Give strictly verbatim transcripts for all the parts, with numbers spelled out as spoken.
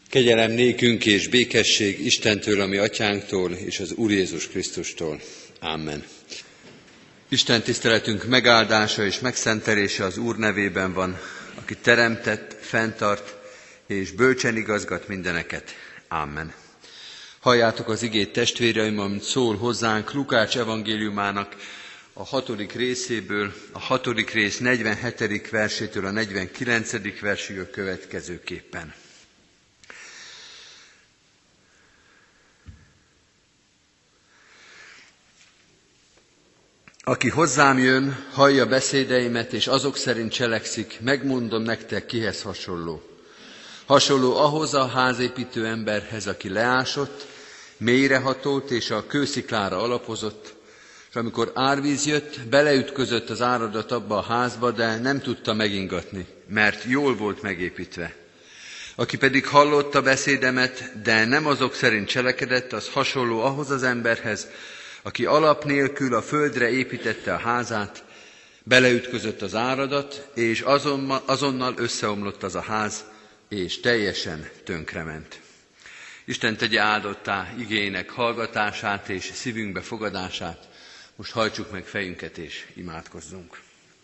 Kegyelem nékünk és békesség Istentől, a mi atyánktól, és az Úr Jézus Krisztustól. Amen. Isten tiszteletünk megáldása és megszentelése az Úr nevében van, aki teremtett, fenntart és bölcsen igazgat mindeneket. Amen. Halljátok az igét, testvéreim, amit szól hozzánk Lukács evangéliumának a hatodik részéből, a hatodik rész negyvenhetedik versétől a negyvenkilencedik versig a következőképpen. Aki hozzám jön, hallja beszédeimet, és azok szerint cselekszik, megmondom nektek, kihez hasonló. Hasonló ahhoz a házépítő emberhez, aki leásott, mélyrehatolt és a kősziklára alapozott, és amikor árvíz jött, beleütközött az áradat abba a házba, de nem tudta megingatni, mert jól volt megépítve. Aki pedig hallotta beszédemet, de nem azok szerint cselekedett, az hasonló ahhoz az emberhez, aki alap nélkül a földre építette a házát, beleütközött az áradat, és azonnal, azonnal összeomlott az a ház, és teljesen tönkrement. Isten tegye áldottá igének hallgatását és szívünkbe fogadását. Most hajtsuk meg fejünket és imádkozzunk.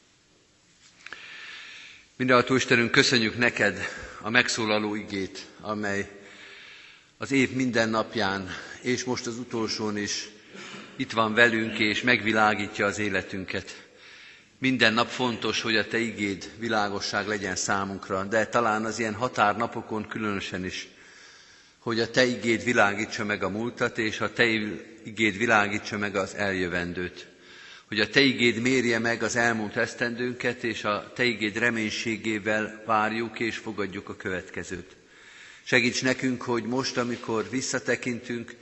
Mindenható Istenünk, köszönjük neked a megszólaló igét, amely az év minden napján, és most az utolsón is itt van velünk, és megvilágítja az életünket. Minden nap fontos, hogy a Te igéd világosság legyen számunkra, de talán az ilyen határnapokon különösen is, hogy a Te igéd világítsa meg a múltat, és a Te igéd világítsa meg az eljövendőt. Hogy a Te igéd mérje meg az elmúlt esztendőnket, és a Te igéd reménységével várjuk és fogadjuk a következőt. Segíts nekünk, hogy most, amikor visszatekintünk,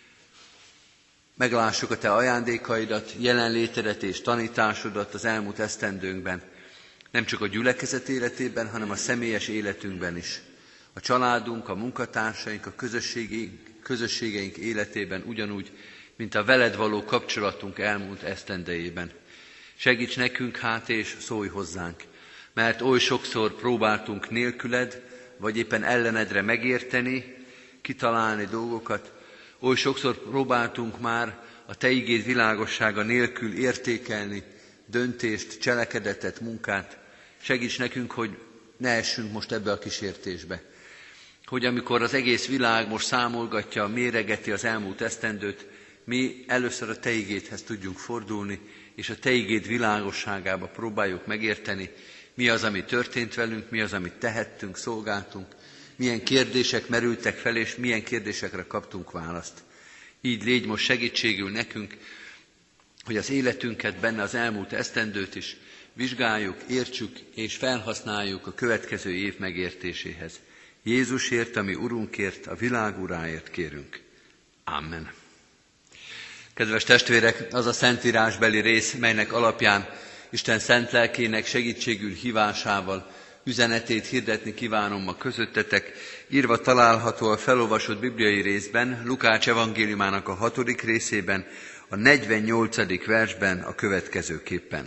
meglássuk a Te ajándékaidat, jelenlétedet és tanításodat az elmúlt esztendőnkben, nem csak a gyülekezet életében, hanem a személyes életünkben is. A családunk, a munkatársaink, a közösségeink életében ugyanúgy, mint a veled való kapcsolatunk elmúlt esztendejében. Segíts nekünk hát és szólj hozzánk, mert oly sokszor próbáltunk nélküled, vagy éppen ellenedre megérteni, kitalálni dolgokat, oly sokszor próbáltunk már a Te igéd világossága nélkül értékelni döntést, cselekedetet, munkát. Segíts nekünk, hogy ne essünk most ebbe a kísértésbe. Hogy amikor az egész világ most számolgatja, méregeti az elmúlt esztendőt, mi először a Te igédhez tudjunk fordulni, és a Te igéd világosságába próbáljuk megérteni, mi az, ami történt velünk, mi az, amit tehettünk, szolgáltunk, milyen kérdések merültek fel, és milyen kérdésekre kaptunk választ. Így légy most segítségül nekünk, hogy az életünket, benne az elmúlt esztendőt is vizsgáljuk, értsük és felhasználjuk a következő év megértéséhez. Jézusért, ami Urunkért, a világ Uráért kérünk. Amen. Kedves testvérek, az a szentírásbeli rész, melynek alapján Isten szent lelkének segítségül hívásával üzenetét hirdetni kívánom ma közöttetek, írva található a felolvasott bibliai részben, Lukács evangéliumának a hatodik részében, a negyvennyolcadik versben a következőképpen.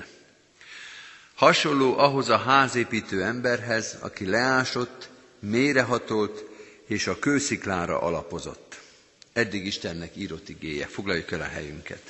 Hasonló ahhoz a házépítő emberhez, aki leásott, mélyrehatolt és a kősziklára alapozott. Eddig Istennek írott igéje. Foglaljuk el a helyünket.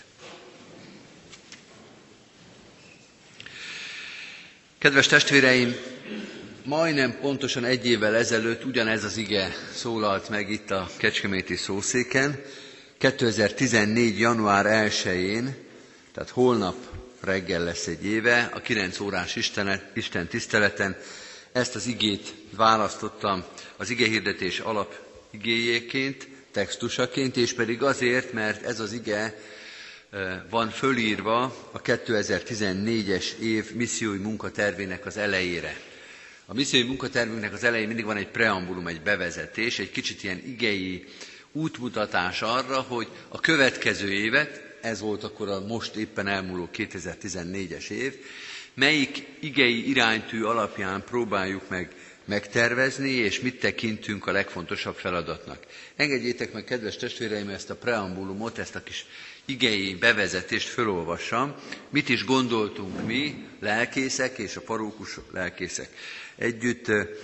Kedves testvéreim, majdnem pontosan egy évvel ezelőtt ugyanez az ige szólalt meg itt a kecskeméti szószéken, kétezer-tizennégy. január elsején, tehát holnap reggel lesz egy éve, a kilenc órás Isten tiszteleten ezt az igét választottam az igehirdetés alap igéjéként, textusaként, és pedig azért, mert ez az ige van fölírva a kétezer-tizennégyes év missziói munkatervének az elejére. A missziói munkatervünknek az elején mindig van egy preambulum, egy bevezetés, egy kicsit ilyen igei útmutatás arra, hogy a következő évet, ez volt akkor a most éppen elmúló kétezer-tizennégyes év, melyik igei iránytű alapján próbáljuk meg megtervezni, és mit tekintünk a legfontosabb feladatnak. Engedjétek meg, kedves testvéreim, ezt a preambulumot, ezt a kis igei bevezetést felolvassam. Mit is gondoltunk mi, lelkészek és a parókus lelkészek együtt,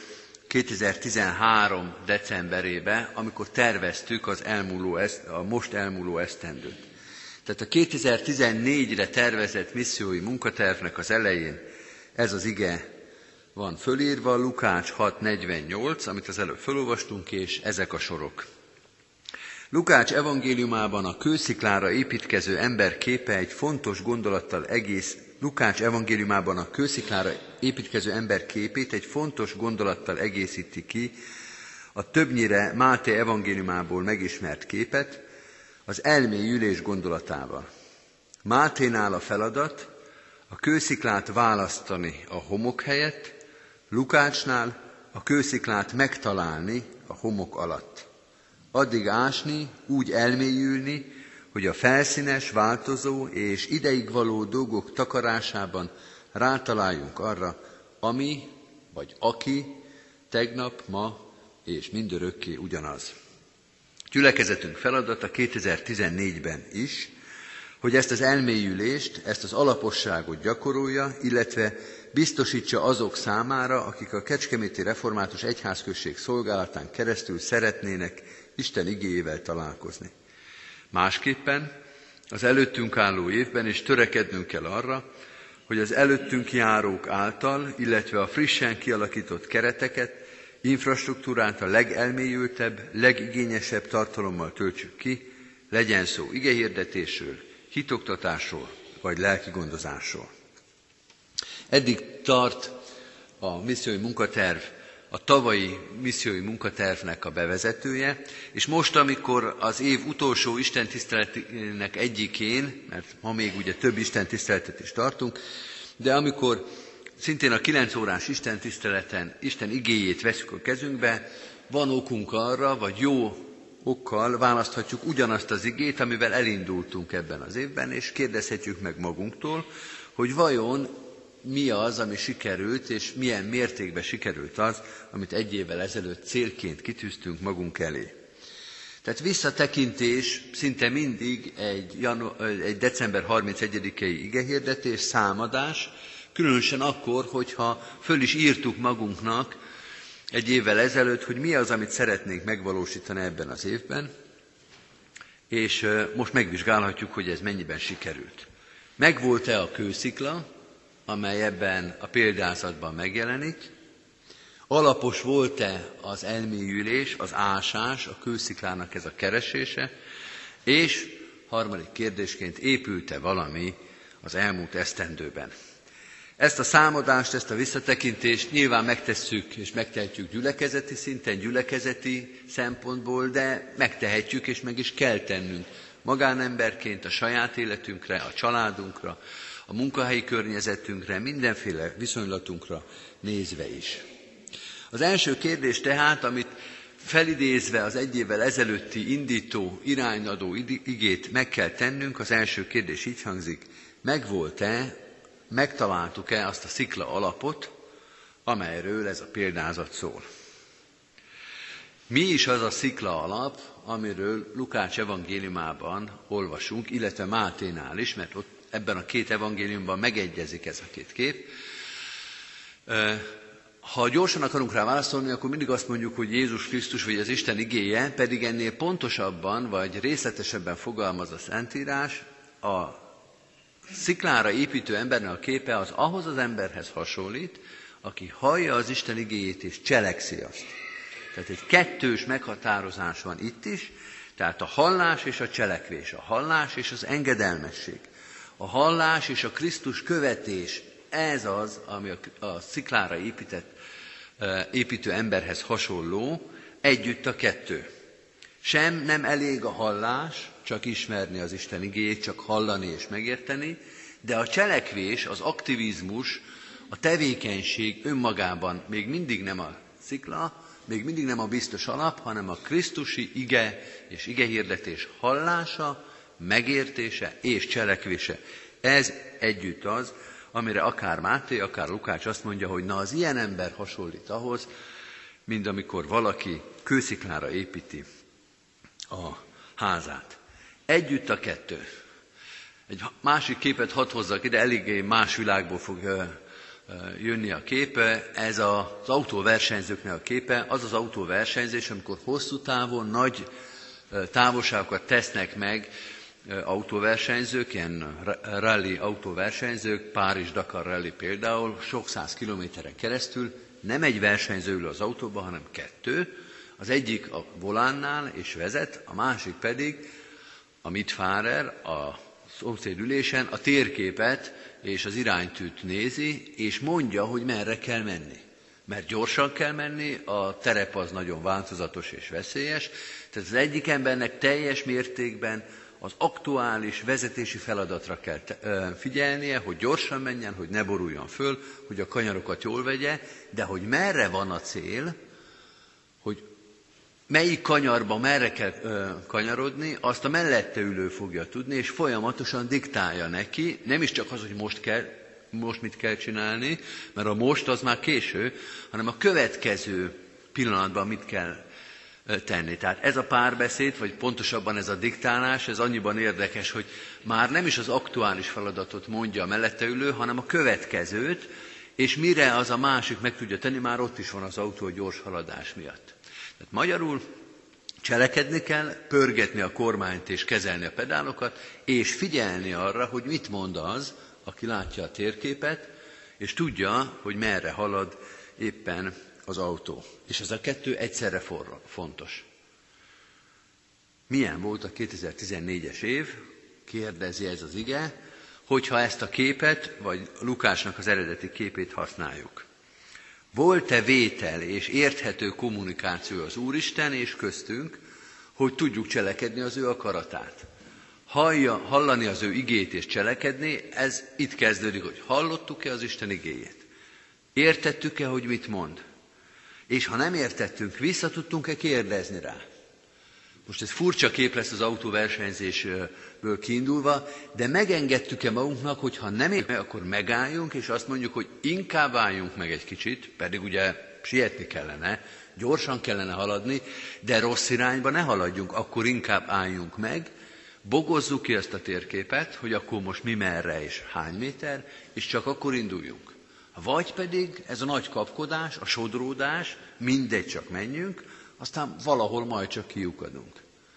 kétezer-tizenhárom decemberében, amikor terveztük az elmúló, a most elmúló esztendőt. Tehát a kétezer-tizennégyre tervezett missziói munkatervnek az elején ez az ige van fölírva, Lukács hat negyvennyolc, amit az előbb felolvastunk, és ezek a sorok. Lukács evangéliumában a kősziklára építkező ember képe egy fontos gondolattal egész, Lukács evangéliumában a kősziklára építkező ember képét egy fontos gondolattal egészíti ki a többnyire Máté evangéliumából megismert képet, az elmélyülés gondolatával. Máténál a feladat a kősziklát választani a homok helyett, Lukácsnál a kősziklát megtalálni a homok alatt. Addig ásni, úgy elmélyülni, hogy a felszínes, változó és ideig való dolgok takarásában rátaláljunk arra, ami vagy aki tegnap, ma és mindörökké ugyanaz. Gyülekezetünk feladata kétezer-tizennégyben is, hogy ezt az elmélyülést, ezt az alaposságot gyakorolja, illetve biztosítsa azok számára, akik a Kecskeméti Református Egyházközség szolgálatán keresztül szeretnének Isten igéjével találkozni. Másképpen az előttünk álló évben is törekednünk kell arra, hogy az előttünk járók által, illetve a frissen kialakított kereteket, infrastruktúrát a legelmélyültebb, legigényesebb tartalommal töltsük ki, legyen szó igehirdetésről, hitoktatásról vagy lelkigondozásról. Eddig tart a missziói munkaterv, a tavalyi missziói munkatervnek a bevezetője, és most, amikor az év utolsó istentiszteletének egyikén, mert ma még ugye több istentiszteletet is tartunk, de amikor szintén a kilenc órás istentiszteleten Isten igéjét veszük a kezünkbe, van okunk arra, vagy jó okkal választhatjuk ugyanazt az igét, amivel elindultunk ebben az évben, és kérdezhetjük meg magunktól, hogy vajon mi az, ami sikerült, és milyen mértékben sikerült az, amit egy évvel ezelőtt célként kitűztünk magunk elé. Tehát visszatekintés szinte mindig egy, janu- egy december harmincegyedikei igehirdetés, számadás, különösen akkor, hogyha föl is írtuk magunknak egy évvel ezelőtt, hogy mi az, amit szeretnénk megvalósítani ebben az évben, és most megvizsgálhatjuk, hogy ez mennyiben sikerült. Megvolt-e a kőszikla, amely ebben a példázatban megjelenik? Alapos volt-e az elmélyülés, az ásás, a kősziklának ez a keresése? És harmadik kérdésként épült-e valami az elmúlt esztendőben? Ezt a számadást, ezt a visszatekintést nyilván megtesszük és megtehetjük gyülekezeti szinten, gyülekezeti szempontból, de megtehetjük és meg is kell tennünk magánemberként a saját életünkre, a családunkra, a munkahelyi környezetünkre, mindenféle viszonylatunkra nézve is. Az első kérdés tehát, amit felidézve az egy évvel ezelőtti indító, irányadó igét meg kell tennünk, az első kérdés így hangzik: megvolt-e, megtaláltuk-e azt a szikla alapot, amelyről ez a példázat szól? Mi is az a szikla alap, amiről Lukács evangéliumában olvasunk, illetve Máténál is, mert ott ebben a két evangéliumban megegyezik ez a két kép. Ha gyorsan akarunk rá válaszolni, akkor mindig azt mondjuk, hogy Jézus Krisztus vagy az Isten igéje, pedig ennél pontosabban vagy részletesebben fogalmaz a Szentírás, a sziklára építő embernek a képe az ahhoz az emberhez hasonlít, aki hallja az Isten igéjét és cselekszi azt. Tehát egy kettős meghatározás van itt is, tehát a hallás és a cselekvés, a hallás és az engedelmesség, a hallás és a Krisztus követés, ez az, ami a, a sziklára épített, építő emberhez hasonló, együtt a kettő. Sem nem elég a hallás, csak ismerni az Isten igéjét, csak hallani és megérteni, de a cselekvés, az aktivizmus, a tevékenység önmagában még mindig nem a szikla, még mindig nem a biztos alap, hanem a krisztusi ige és igehirdetés hallása, megértése és cselekvése. Ez együtt az, amire akár Máté, akár Lukács azt mondja, hogy na az ilyen ember hasonlít ahhoz, mint amikor valaki kősziklára építi a házát. Együtt a kettő. Egy másik képet hadd hozzak ide, eléggé más világból fog jönni a képe, ez az autóversenyzőknek a képe, az az autóversenyzés, amikor hosszú távon nagy távolságokat tesznek meg autóversenyzők, ilyen rally autóversenyzők, Párizs-Dakar rally például, sok száz kilométeren keresztül, nem egy versenyző ül az autóba, hanem kettő, az egyik a volánnál és vezet, a másik pedig a Mitfahrer, a szomszédülésen a térképet és az iránytűt nézi, és mondja, hogy merre kell menni. Mert gyorsan kell menni, a terep az nagyon változatos és veszélyes, tehát az egyik embernek teljes mértékben az aktuális vezetési feladatra kell figyelnie, hogy gyorsan menjen, hogy ne boruljon föl, hogy a kanyarokat jól vegye, de hogy merre van a cél, hogy melyik kanyarba merre kell ö, kanyarodni, azt a mellette ülő fogja tudni, és folyamatosan diktálja neki, nem is csak az, hogy most, kell, most mit kell csinálni, mert a most az már késő, hanem a következő pillanatban mit kell tenni. Tehát ez a párbeszéd, vagy pontosabban ez a diktálás, ez annyiban érdekes, hogy már nem is az aktuális feladatot mondja a mellette ülő, hanem a következőt, és mire az a másik meg tudja tenni, már ott is van az autó a gyors haladás miatt. Tehát magyarul cselekedni kell, pörgetni a kormányt és kezelni a pedálokat, és figyelni arra, hogy mit mond az, aki látja a térképet, és tudja, hogy merre halad éppen az autó. És ez a kettő egyszerre forra, fontos. Milyen volt a kétezer-tizennégyes év? Kérdezi ez az ige, hogyha ezt a képet, vagy Lukácsnak az eredeti képét használjuk. Volt-e vétel és érthető kommunikáció az Úristen és köztünk, hogy tudjuk cselekedni az ő akaratát? Hallja, hallani az ő igét és cselekedni, ez itt kezdődik, hogy hallottuk-e az Isten igéjét? Értettük-e, hogy mit mond? És ha nem értettünk, vissza tudtunk-e kérdezni rá? Most ez furcsa kép lesz az autóversenyzésből kiindulva, de megengedtük-e magunknak, hogy ha nem értünk, akkor megálljunk, és azt mondjuk, hogy inkább álljunk meg egy kicsit, pedig ugye sietni kellene, gyorsan kellene haladni, de rossz irányba ne haladjunk, akkor inkább álljunk meg, bogozzuk ki ezt a térképet, hogy akkor most mi merre és hány méter, és csak akkor induljunk. Vagy pedig ez a nagy kapkodás, a sodródás, mindegy, csak menjünk, aztán valahol majd csak kiukadunk.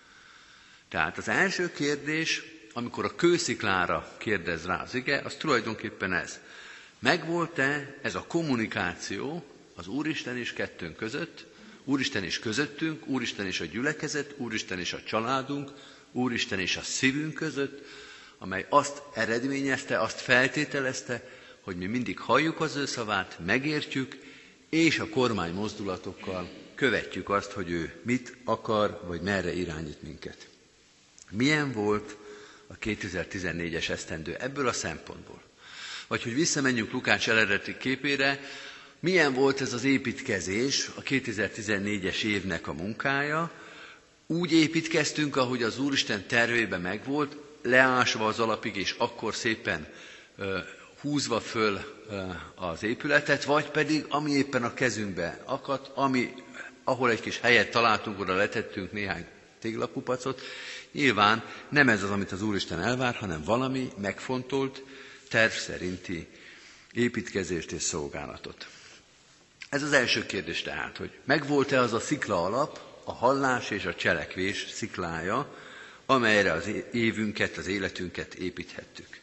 Tehát az első kérdés, amikor a kősziklára kérdez rá az ige, az tulajdonképpen ez. Megvolt-e ez a kommunikáció az Úristen és kettőnk között, Úristen és közöttünk, Úristen és a gyülekezet, Úristen és a családunk, Úristen és a szívünk között, amely azt eredményezte, azt feltételezte, hogy mi mindig halljuk az ő szavát, megértjük, és a kormány mozdulatokkal követjük azt, hogy ő mit akar, vagy merre irányít minket. Milyen volt a kétezer-tizennégyes esztendő ebből a szempontból? Vagy hogy visszamenjünk Lukács eredeti képére, milyen volt ez az építkezés, a kétezer-tizennégyes évnek a munkája? Úgy építkeztünk, ahogy az Úristen tervében megvolt, leásva az alapig, és akkor szépen ö, húzva föl ö, az épületet, vagy pedig, ami éppen a kezünkbe akadt, ami, ahol egy kis helyet találtunk, oda letettünk néhány téglakupacot. Nyilván nem ez az, amit az Úristen elvár, hanem valami megfontolt, terv szerinti építkezést és szolgálatot. Ez az első kérdés tehát, hogy megvolt-e az a szikla alap, a hallás és a cselekvés sziklája, amelyre az évünket, az életünket építhettük.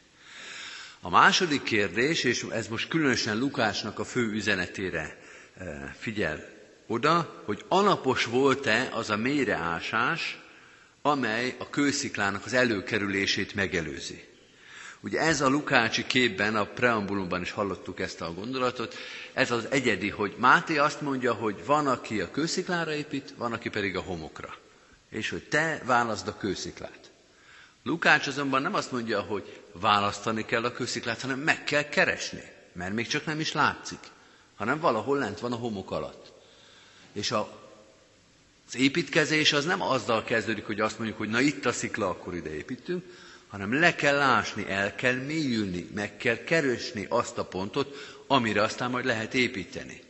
A második kérdés, és ez most különösen Lukácsnak a fő üzenetére figyel oda, hogy alapos volt-e az a mélyreásás, amely a kősziklának az előkerülését megelőzi. Ugye ez a lukácsi képben, a preambulumban is hallottuk ezt a gondolatot, ez az egyedi, hogy Máté azt mondja, hogy van, aki a kősziklára épít, van, aki pedig a homokra. És hogy te válaszd a kősziklát. Lukács azonban nem azt mondja, hogy választani kell a kősziklát, hanem meg kell keresni, mert még csak nem is látszik, hanem valahol lent van a homok alatt. És a Az építkezés az nem azzal kezdődik, hogy azt mondjuk, hogy na itt a szikla, akkor ide építünk, hanem le kell ásni, el kell mélyülni, meg kell keresni azt a pontot, amire aztán majd lehet építeni.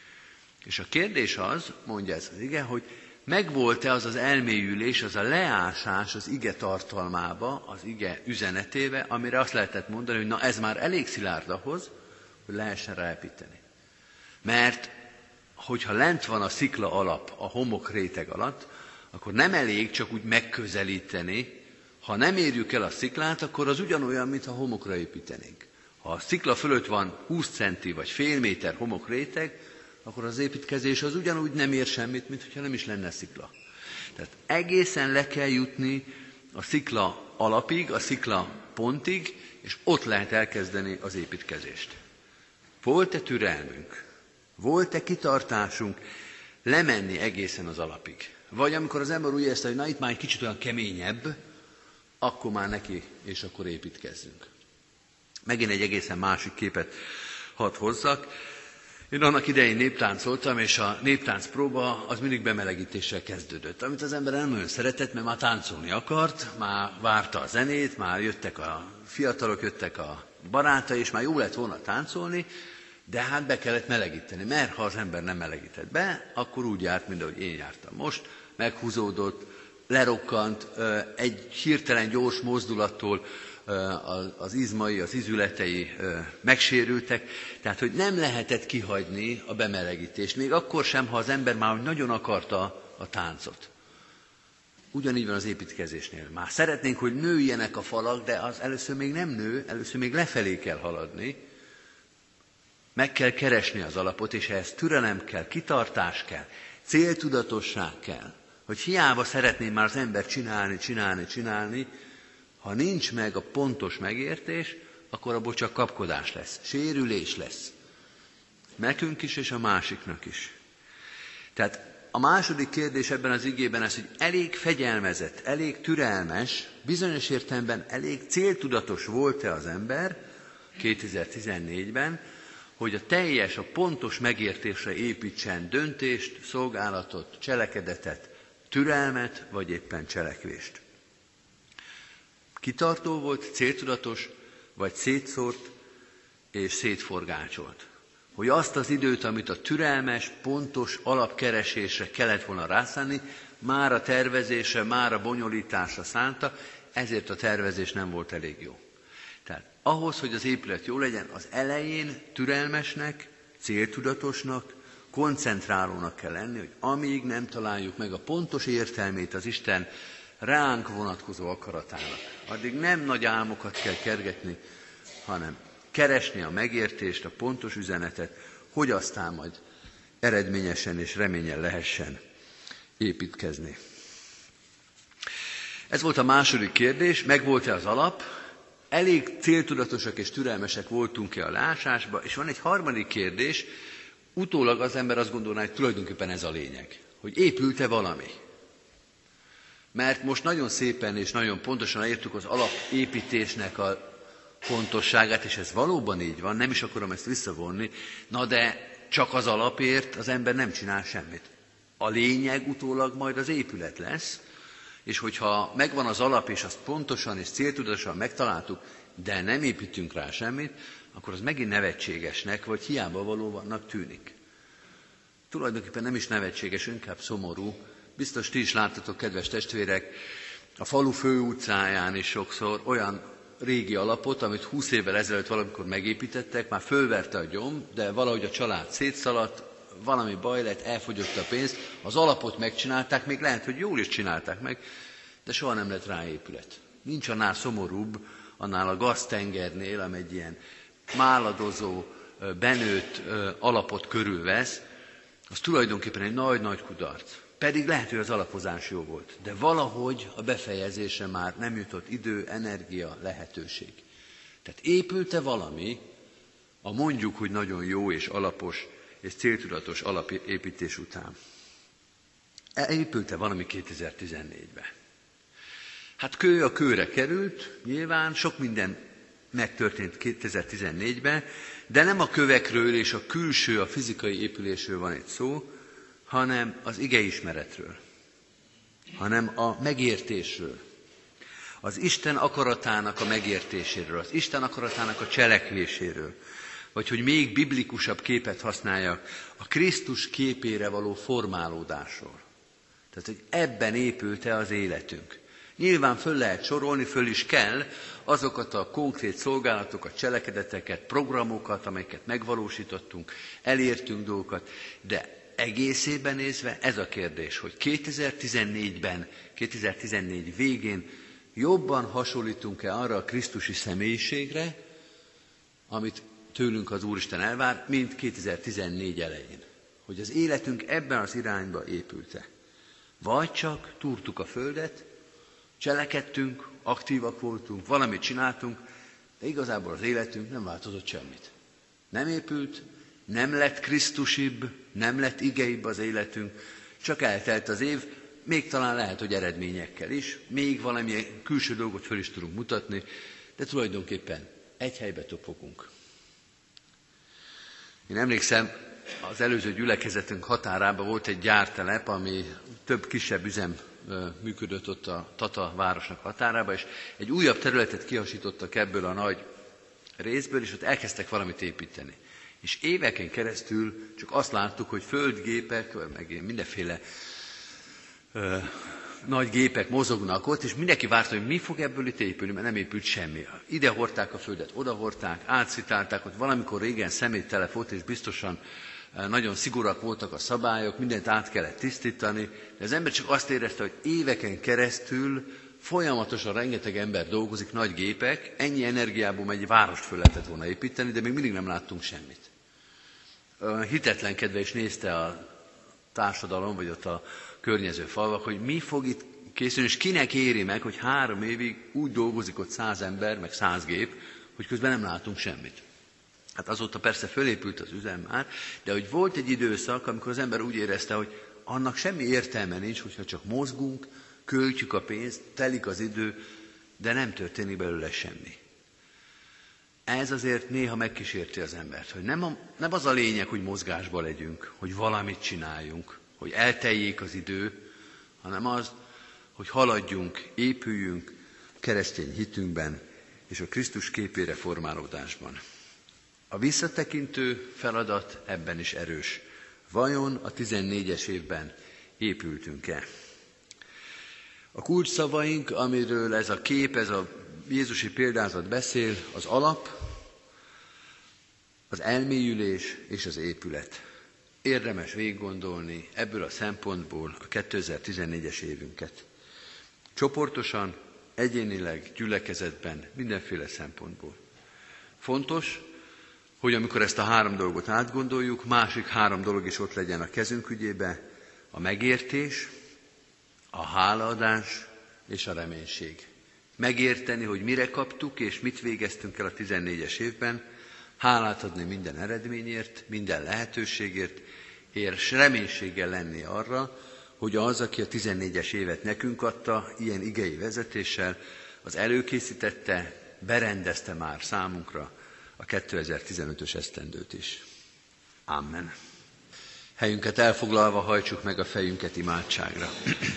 És a kérdés az, mondja ez az ige, hogy megvolt-e az az elmélyülés, az a leásás az ige tartalmába, az ige üzenetébe, amire azt lehetett mondani, hogy na ez már elég szilárd ahhoz, hogy lehessen rá építeni. Mert hogyha lent van a szikla alap a homok réteg alatt, akkor nem elég csak úgy megközelíteni. Ha nem érjük el a sziklát, akkor az ugyanolyan, mintha homokra építenénk. Ha a szikla fölött van húsz centi vagy fél méter homokréteg, akkor az építkezés az ugyanúgy nem ér semmit, mint hogyha nem is lenne szikla. Tehát egészen le kell jutni a szikla alapig, a szikla pontig, és ott lehet elkezdeni az építkezést. Volt-e türelmünk? Volt-e kitartásunk lemenni egészen az alapig? Vagy amikor az ember úgy érezte, hogy na itt már egy kicsit olyan keményebb, akkor már neki, és akkor építkezzünk. Megint egy egészen másik képet hadd hozzak. Én annak idején néptáncoltam, és a néptánc próba az mindig bemelegítéssel kezdődött, amit az ember nem nagyon szeretett, mert már táncolni akart, már várta a zenét, már jöttek a fiatalok, jöttek a barátai, és már jó lett volna táncolni, de hát be kellett melegíteni, mert ha az ember nem melegített be, akkor úgy járt, mint ahogy én jártam most, meghúzódott, lerokkant, egy hirtelen gyors mozdulattól az izmai, az izületei megsérültek, tehát hogy nem lehetett kihagyni a bemelegítést, még akkor sem, ha az ember már nagyon akarta a táncot. Ugyanígy van az építkezésnél. Már szeretnénk, hogy nőjenek a falak, de az először még nem nő, először még lefelé kell haladni. Meg kell keresni az alapot, és ehhez türelem kell, kitartás kell, céltudatosság kell. Hogy hiába szeretné már az ember csinálni, csinálni, csinálni, ha nincs meg a pontos megértés, akkor abból csak kapkodás lesz, sérülés lesz. Nekünk is, és a másiknak is. Tehát a második kérdés ebben az igében az, hogy elég fegyelmezett, elég türelmes, bizonyos értelemben elég céltudatos volt-e az ember kétezer-tizennégyben, hogy a teljes, a pontos megértésre építsen döntést, szolgálatot, cselekedetet, türelmet, vagy éppen cselekvést. Kitartó volt, céltudatos, vagy szétszórt és szétforgácsolt. Hogy azt az időt, amit a türelmes, pontos alapkeresésre kellett volna rászánni, már a tervezésre, már a bonyolításra szánta, ezért a tervezés nem volt elég jó. Tehát ahhoz, hogy az épület jó legyen, az elején türelmesnek, céltudatosnak, koncentrálónak kell lenni, hogy amíg nem találjuk meg a pontos értelmét az Isten ránk vonatkozó akaratának, addig nem nagy álmokat kell kergetni, hanem keresni a megértést, a pontos üzenetet, hogy aztán majd eredményesen és reményen lehessen építkezni. Ez volt a második kérdés, megvolt-e az alap, elég céltudatosak és türelmesek voltunk-e a leásásba, és van egy harmadik kérdés, utólag az ember azt gondolná, hogy tulajdonképpen ez a lényeg, hogy épült-e valami. Mert most nagyon szépen és nagyon pontosan értük az alapépítésnek a fontosságát, és ez valóban így van, nem is akarom ezt visszavonni, na de csak az alapért az ember nem csinál semmit. A lényeg utólag majd az épület lesz, és hogyha megvan az alap, és azt pontosan és céltudatosan megtaláltuk, de nem építünk rá semmit, akkor az megint nevetségesnek, vagy hiába valóvannak tűnik. Tulajdonképpen nem is nevetséges, inkább szomorú. Biztos ti is láttatok, kedves testvérek, a falu főutcáján is sokszor olyan régi alapot, amit húsz évvel ezelőtt valamikor megépítettek, már fölverte a gyom, de valahogy a család szétszaladt, valami baj lett, elfogyott a pénz, az alapot megcsinálták, még lehet, hogy jól is csinálták meg, de soha nem lett rá épület. Nincs annál szomorúbb, annál a gaztengernél, amely egy ilyen máladozó, benőtt alapot körülvesz, az tulajdonképpen egy nagy-nagy kudarc. Pedig lehet, hogy az alapozás jó volt, de valahogy a befejezésre már nem jutott idő, energia, lehetőség. Tehát épült-e valami a mondjuk, hogy nagyon jó és alapos és céltudatos alapépítés után? Épült-e valami kétezer-tizennégyben? Hát kő a kőre került, nyilván sok minden megtörtént kétezer-tizennégyben, de nem a kövekről és a külső, a fizikai épülésről van itt szó, hanem az igeismeretről, hanem a megértésről, az Isten akaratának a megértéséről, az Isten akaratának a cselekvéséről, vagy hogy még biblikusabb képet használjak, a Krisztus képére való formálódásról. Tehát, hogy ebben épült-e az életünk. Nyilván föl lehet sorolni, föl is kell azokat a konkrét szolgálatokat, cselekedeteket, programokat, amelyeket megvalósítottunk, elértünk dolgokat, de egészében nézve ez a kérdés, hogy kétezer-tizennégyben, kétezer-tizennégy végén jobban hasonlítunk-e arra a krisztusi személyiségre, amit tőlünk az Úristen elvár, mint kétezer-tizennégy elején. Hogy az életünk ebben az irányba épült-e. Vagy csak túrtuk a földet, cselekedtünk, aktívak voltunk, valamit csináltunk, de igazából az életünk nem változott semmit. Nem épült, nem lett krisztusibb, nem lett igeibb az életünk, csak eltelt az év, még talán lehet, hogy eredményekkel is, még valamilyen külső dolgot föl is tudunk mutatni, de tulajdonképpen egy helybe topogunk. Én emlékszem, az előző gyülekezetünk határában volt egy gyártelep, ami több kisebb üzem működött ott a Tata városnak határában, és egy újabb területet kihasítottak ebből a nagy részből, és ott elkezdtek valamit építeni. És éveken keresztül csak azt láttuk, hogy földgépek, meg mindenféle ö, nagy gépek mozognak ott, és mindenki várta, hogy mi fog ebből itt épülni, mert nem épült semmi. Ide hordták a földet, oda hordták, átszitálták, ott valamikor régen szeméttelep volt, és biztosan nagyon szigorúak voltak a szabályok, mindent át kellett tisztítani, de az ember csak azt érezte, hogy éveken keresztül folyamatosan rengeteg ember dolgozik, nagy gépek, ennyi energiából egy várost föl lehetett volna építeni, de még mindig nem láttunk semmit. Hitetlenkedve is nézte a társadalom, vagy ott a környező falvak, hogy mi fog itt készülni, és kinek éri meg, hogy három évig úgy dolgozik ott száz ember, meg száz gép, hogy közben nem látunk semmit. Hát azóta persze fölépült az üzem már, de hogy volt egy időszak, amikor az ember úgy érezte, hogy annak semmi értelme nincs, hogyha csak mozgunk, költjük a pénzt, telik az idő, de nem történik belőle semmi. Ez azért néha megkísérti az embert, hogy nem, a, nem az a lényeg, hogy mozgásba legyünk, hogy valamit csináljunk, hogy elteljék az idő, hanem az, hogy haladjunk, épüljünk keresztény hitünkben és a Krisztus képére formálódásban. A visszatekintő feladat ebben is erős. Vajon a tizennégyes évben épültünk-e? A kulcsszavaink, amiről ez a kép, ez a jézusi példázat beszél, az alap, az elmélyülés és az épület. Érdemes végiggondolni ebből a szempontból a kétezer-tizennégyes évünket. Csoportosan, egyénileg, gyülekezetben, mindenféle szempontból. Fontos, hogy amikor ezt a három dolgot átgondoljuk, másik három dolog is ott legyen a kezünk ügyébe, a megértés, a hálaadás és a reménység. Megérteni, hogy mire kaptuk és mit végeztünk el a tizennégyes évben, hálát adni minden eredményért, minden lehetőségért, és reménységgel lenni arra, hogy az, aki a tizennégyes évet nekünk adta, ilyen igei vezetéssel, az előkészítette, berendezte már számunkra a kétezer-tizenötös esztendőt is. Amen. Helyünket elfoglalva hajtsuk meg a fejünket imádságra.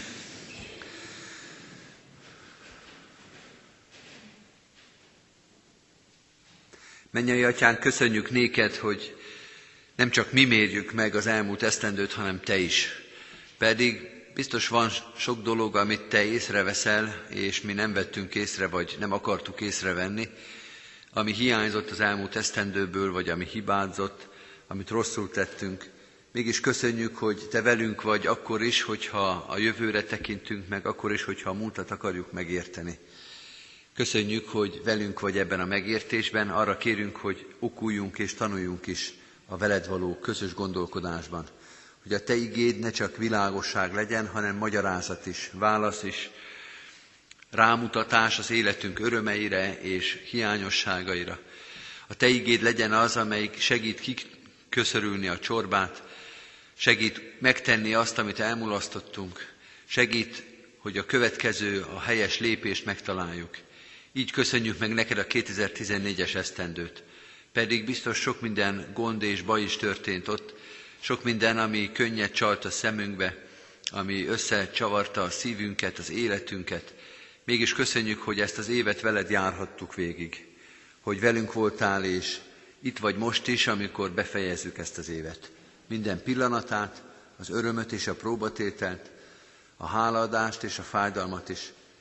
Mennyei Atyánk, köszönjük néked, hogy nem csak mi mérjük meg az elmúlt esztendőt, hanem te is. Pedig biztos van sok dolog, amit te észreveszel, és mi nem vettünk észre, vagy nem akartuk észrevenni, ami hiányzott az elmúlt esztendőből, vagy ami hibázott, amit rosszul tettünk. Mégis köszönjük, hogy te velünk vagy akkor is, hogyha a jövőre tekintünk meg, akkor is, hogyha a múltat akarjuk megérteni. Köszönjük, hogy velünk vagy ebben a megértésben, arra kérünk, hogy okuljunk és tanuljunk is a veled való közös gondolkodásban. Hogy a te igéd ne csak világosság legyen, hanem magyarázat is, válasz is, rámutatás az életünk örömeire és hiányosságaira. A te igéd legyen az, amelyik segít kiköszörülni a csorbát, segít megtenni azt, amit elmulasztottunk, segít, hogy a következő, a helyes lépést megtaláljuk. Így köszönjük meg neked a kétezer-tizennégyes esztendőt. Pedig biztos sok minden gond és baj is történt ott, sok minden, ami könnyet csalt a szemünkbe, ami összecsavarta a szívünket, az életünket. Mégis köszönjük, hogy ezt az évet veled járhattuk végig, hogy velünk voltál, és itt vagy most is, amikor befejezzük ezt az évet. Minden pillanatát, az örömöt és a próbatételt, a hálaadást és a fájdalmat is,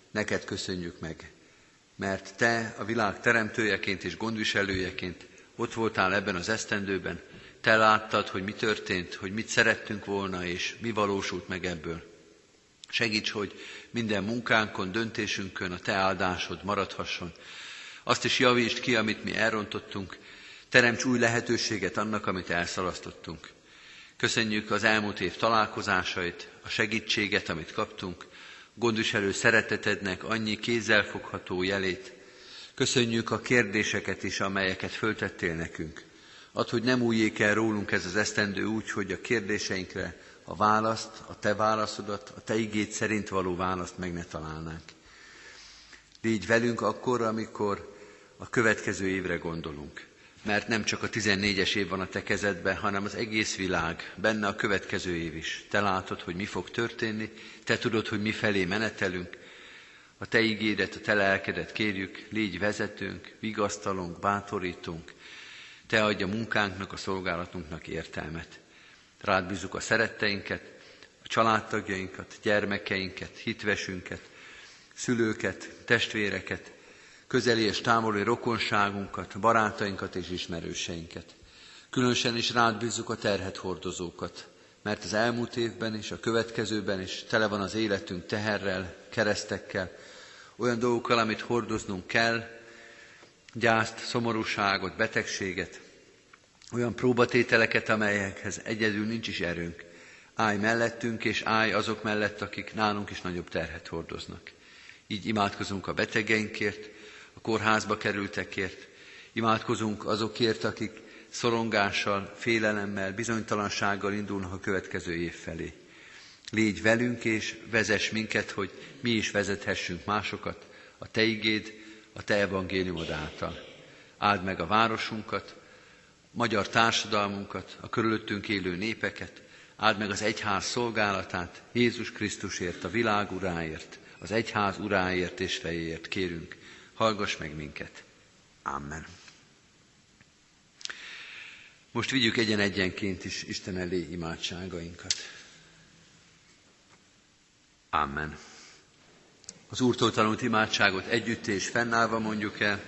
neked köszönjük meg, mert te a világ teremtőjeként és gondviselőjeként ott voltál ebben az esztendőben, te láttad, hogy mi történt, hogy mit szerettünk volna, és mi valósult meg ebből. Segíts, hogy minden munkánkon, döntésünkön a te áldásod maradhasson. Azt is javítsd ki, amit mi elrontottunk, teremts új lehetőséget annak, amit elszalasztottunk. Köszönjük az elmúlt év találkozásait, a segítséget, amit kaptunk, gondviselő szeretetednek annyi kézzelfogható jelét. Köszönjük a kérdéseket is, amelyeket föltettél nekünk. Add, hogy nem újjék el rólunk ez az esztendő úgy, hogy a kérdéseinkre a választ, a te válaszodat, a te igéd szerint való választ meg ne találnánk. Légy velünk akkor, amikor a következő évre gondolunk. Mert nem csak a tizennégyes év van a te kezedben, hanem az egész világ, benne a következő év is. Te látod, hogy mi fog történni, te tudod, hogy mi felé menetelünk. A te igédet, a te lelkedet kérjük, légy vezetőnk, vigasztalunk, bátorítunk. Te adj a munkánknak, a szolgálatunknak értelmet. Rád bízzuk a szeretteinket, a családtagjainkat, gyermekeinket, hitvesünket, szülőket, testvéreket, közeli és távoli rokonságunkat, barátainkat és ismerőseinket. Különösen is rád bízzuk a terhet hordozókat, mert az elmúlt évben és a következőben is tele van az életünk teherrel, keresztekkel, olyan dolgokkal, amit hordoznunk kell, gyászt, szomorúságot, betegséget, olyan próbatételeket, amelyekhez egyedül nincs is erőnk. Állj mellettünk, és állj azok mellett, akik nálunk is nagyobb terhet hordoznak. Így imádkozunk a betegeinkért, a kórházba kerültekért, imádkozunk azokért, akik szorongással, félelemmel, bizonytalansággal indulnak a következő év felé. Légy velünk, és vezess minket, hogy mi is vezethessünk másokat a te igéd, a te evangéliumod által. Áld meg a városunkat, magyar társadalmunkat, a körülöttünk élő népeket, áld meg az egyház szolgálatát, Jézus Krisztusért, a világ uráért, az egyház uráért és fejéért kérünk. Hallgass meg minket. Amen. Most vigyük egyen-egyenként is Isten elé imádságainkat. Amen. Az Úrtól tanult imádságot együtt és fennállva mondjuk el.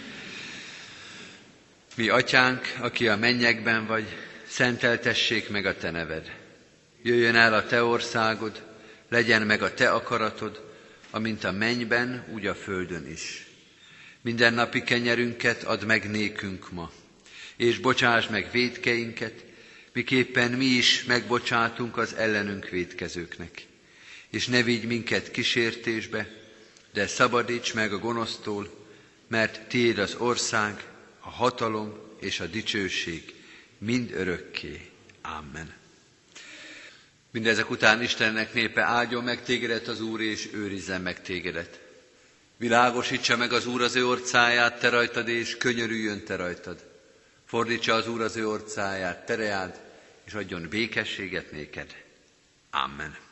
Mi atyánk, aki a mennyekben vagy, szenteltessék meg a te neved. Jöjjön el a te országod, legyen meg a te akaratod, amint a mennyben, úgy a földön is. Mindennapi kenyerünket add meg nékünk ma, és bocsásd meg vétkeinket, miképpen mi is megbocsátunk az ellenünk vétkezőknek. És ne vigy minket kísértésbe, de szabadíts meg a gonosztól, mert tiéd az ország, a hatalom és a dicsőség mind örökké. Amen. Mindezek után Istennek népe, áldjon meg tégedet az Úr, és őrizzen meg tégedet. Világosítsa meg az Úr az ő orcáját te rajtad, és könyörüljön te rajtad. Fordítsa az Úr az ő orcáját te reád, és adjon békességet néked. Amen.